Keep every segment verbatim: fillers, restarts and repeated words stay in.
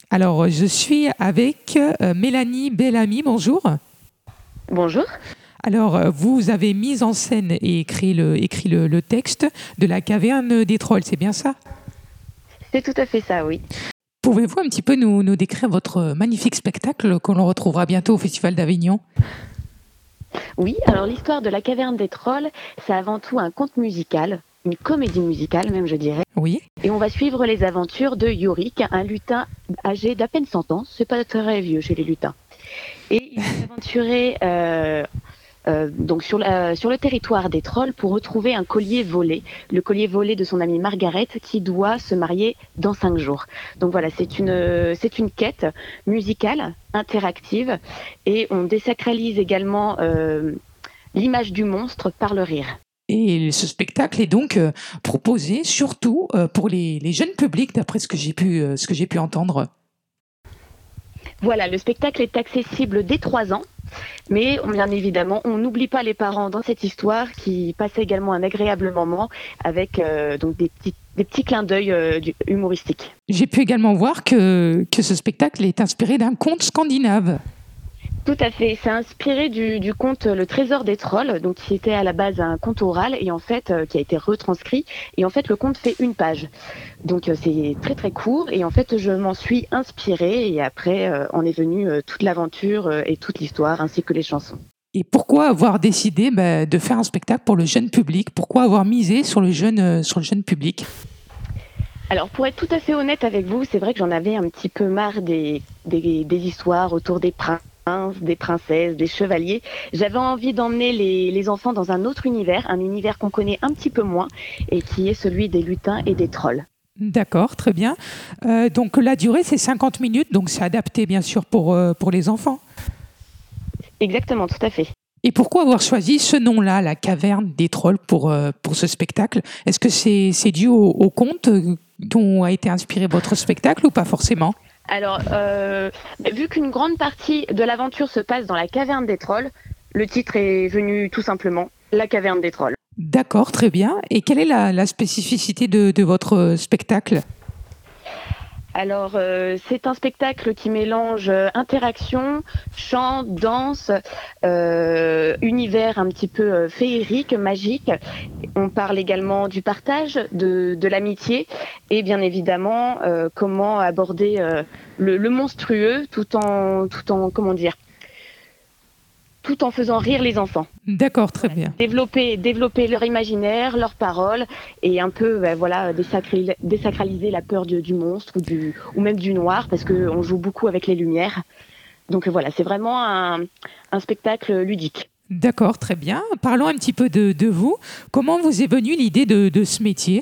Alors, je suis avec euh, Mélanie Bellamy. Bonjour. Bonjour. Alors, euh, vous avez mis en scène et écrit le, écrit le, le texte de la caverne des trolls, c'est bien ça? C'est tout à fait ça, oui. Pouvez-vous un petit peu nous, nous décrire votre magnifique spectacle que l'on retrouvera bientôt au Festival d'Avignon? Oui, alors l'histoire de la caverne des trolls, c'est avant tout un conte musical, une comédie musicale même, je dirais. Oui. Et on va suivre les aventures de Yorick, un lutin âgé d'à peine cent ans. C'est pas très vieux chez les lutins. Et il va s'aventurer euh, euh, donc sur, la, sur le territoire des trolls pour retrouver un collier volé, le collier volé de son amie Margaret qui doit se marier dans cinq jours. Donc voilà, c'est une, c'est une quête musicale, interactive, et on désacralise également euh, l'image du monstre par le rire. Et ce spectacle est donc euh, proposé surtout euh, pour les, les jeunes publics, d'après ce que j'ai pu, euh, ce que j'ai pu entendre. Voilà, le spectacle est accessible dès trois ans. Mais bien évidemment, on n'oublie pas les parents dans cette histoire qui passent également un agréable moment avec euh, donc des petits, des petits clins d'œil euh, humoristiques. J'ai pu également voir que, que ce spectacle est inspiré d'un conte scandinave. Tout à fait, c'est inspiré du, du conte Le Trésor des Trolls, donc qui était à la base un conte oral et en fait euh, qui a été retranscrit. Et en fait, le conte fait une page, donc euh, c'est très très court. Et en fait, je m'en suis inspirée et après euh, en est venue euh, toute l'aventure euh, et toute l'histoire ainsi que les chansons. Et pourquoi avoir décidé bah, de faire un spectacle pour le jeune public? Pourquoi avoir misé sur le jeune, euh, sur le jeune public? Alors, pour être tout à fait honnête avec vous, c'est vrai que j'en avais un petit peu marre des, des, des histoires autour des princes, des princesses, des chevaliers. J'avais envie d'emmener les, les enfants dans un autre univers, un univers qu'on connaît un petit peu moins, et qui est celui des lutins et des trolls. D'accord, très bien. Euh, donc la durée, c'est cinquante minutes, donc c'est adapté bien sûr pour, euh, pour les enfants. Exactement, tout à fait. Et pourquoi avoir choisi ce nom-là, la caverne des trolls, pour, euh, pour ce spectacle? Est-ce que c'est c'est dû au, au conte dont a été inspiré votre spectacle ou pas forcément? Alors, euh, vu qu'une grande partie de l'aventure se passe dans la caverne des trolls, le titre est venu tout simplement La caverne des trolls. D'accord, très bien. Et quelle est la, la spécificité de, de votre spectacle? Alors, euh, c'est un spectacle qui mélange euh, interaction, chant, danse, euh, univers un petit peu euh, féerique, magique. On parle également du partage, de, de l'amitié et bien évidemment euh, comment aborder euh, le, le monstrueux tout en, tout en, comment dire, tout en faisant rire les enfants. D'accord, très bien. Développer, développer leur imaginaire, leurs paroles et un peu ben, voilà, désacraliser, désacraliser la peur de, du monstre ou, du, ou même du noir parce qu'on joue beaucoup avec les lumières. Donc voilà, c'est vraiment un, un spectacle ludique. D'accord, très bien. Parlons un petit peu de, de vous. Comment vous est venue l'idée de, de ce métier?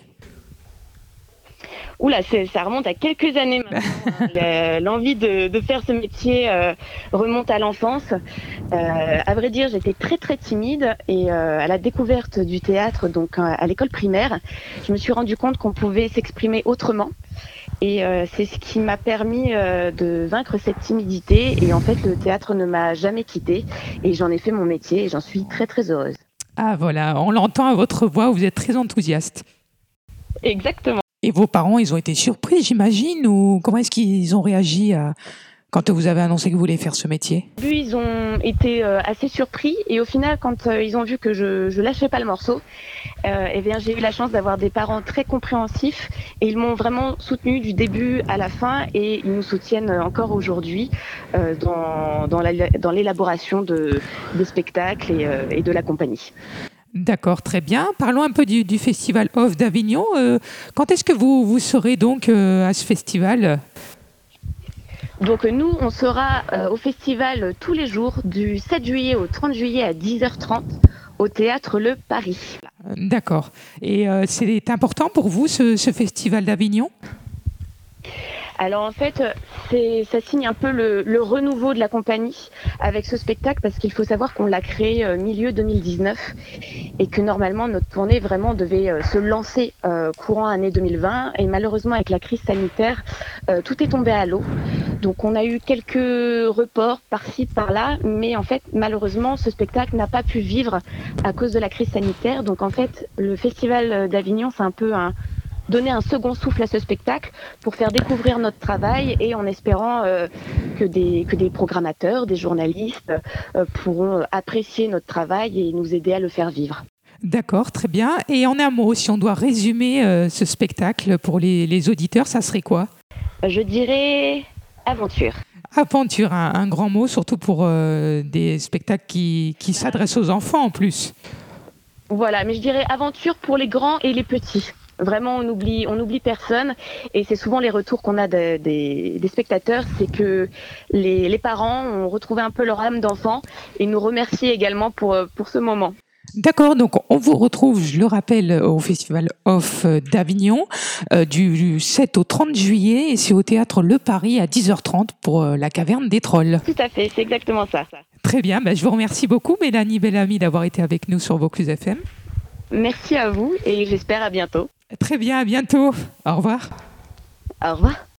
Oula, ça remonte à quelques années maintenant. Hein. L'envie de, de faire ce métier euh, remonte à l'enfance. Euh, à vrai dire, j'étais très très timide et euh, à la découverte du théâtre, donc à l'école primaire, je me suis rendu compte qu'on pouvait s'exprimer autrement. Et euh, c'est ce qui m'a permis euh, de vaincre cette timidité. Et en fait, le théâtre ne m'a jamais quittée et j'en ai fait mon métier et j'en suis très très heureuse. Ah voilà, on l'entend à votre voix, vous êtes très enthousiaste. Exactement. Et vos parents, ils ont été surpris, j'imagine, ou comment est-ce qu'ils ont réagi à... quand vous avez annoncé que vous vouliez faire ce métier? Au début, ils ont été euh, assez surpris et au final, quand euh, ils ont vu que je ne lâchais pas le morceau, euh, eh bien, j'ai eu la chance d'avoir des parents très compréhensifs et ils m'ont vraiment soutenu du début à la fin et ils nous soutiennent encore aujourd'hui euh, dans, dans, la, dans l'élaboration de, des spectacles et, euh, et de la compagnie. D'accord, très bien. Parlons un peu du, du Festival Off d'Avignon. Euh, quand est-ce que vous, vous serez donc euh, à ce festival? Donc nous, on sera euh, au festival tous les jours du sept juillet au trente juillet à dix heures trente au Théâtre Le Paris. D'accord. Et euh, c'est important pour vous, ce, ce Festival d'Avignon? Alors en fait, c'est, ça signe un peu le, le renouveau de la compagnie avec ce spectacle parce qu'il faut savoir qu'on l'a créé euh, milieu deux mille dix-neuf et que normalement notre tournée vraiment devait euh, se lancer euh, courant année deux mille vingt et malheureusement avec la crise sanitaire, euh, tout est tombé à l'eau. Donc on a eu quelques reports par-ci, par-là, mais en fait malheureusement ce spectacle n'a pas pu vivre à cause de la crise sanitaire. Donc en fait le Festival d'Avignon c'est un peu un donner un second souffle à ce spectacle pour faire découvrir notre travail et en espérant euh, que, des, que des programmateurs, des journalistes euh, pourront apprécier notre travail et nous aider à le faire vivre. D'accord, très bien. Et en un mot, si on doit résumer euh, ce spectacle pour les, les auditeurs, ça serait quoi ? Je dirais aventure. Aventure, un, un grand mot, surtout pour euh, des spectacles qui, qui s'adressent aux enfants en plus. Voilà, mais je dirais aventure pour les grands et les petits. Vraiment, on oublie, on oublie personne. Et c'est souvent les retours qu'on a de, des, des spectateurs, c'est que les, les parents ont retrouvé un peu leur âme d'enfant et nous remercient également pour, pour ce moment. D'accord, donc on vous retrouve, je le rappelle, au Festival Off d'Avignon euh, du sept au trente juillet et c'est au théâtre Le Paris à dix heures trente pour euh, la Caverne des Trolls. Tout à fait, c'est exactement ça. Très bien, ben, je vous remercie beaucoup Mélanie Bellamy d'avoir été avec nous sur Vaucluse F M. Merci à vous et j'espère à bientôt. Très bien, à bientôt. Au revoir. Au revoir.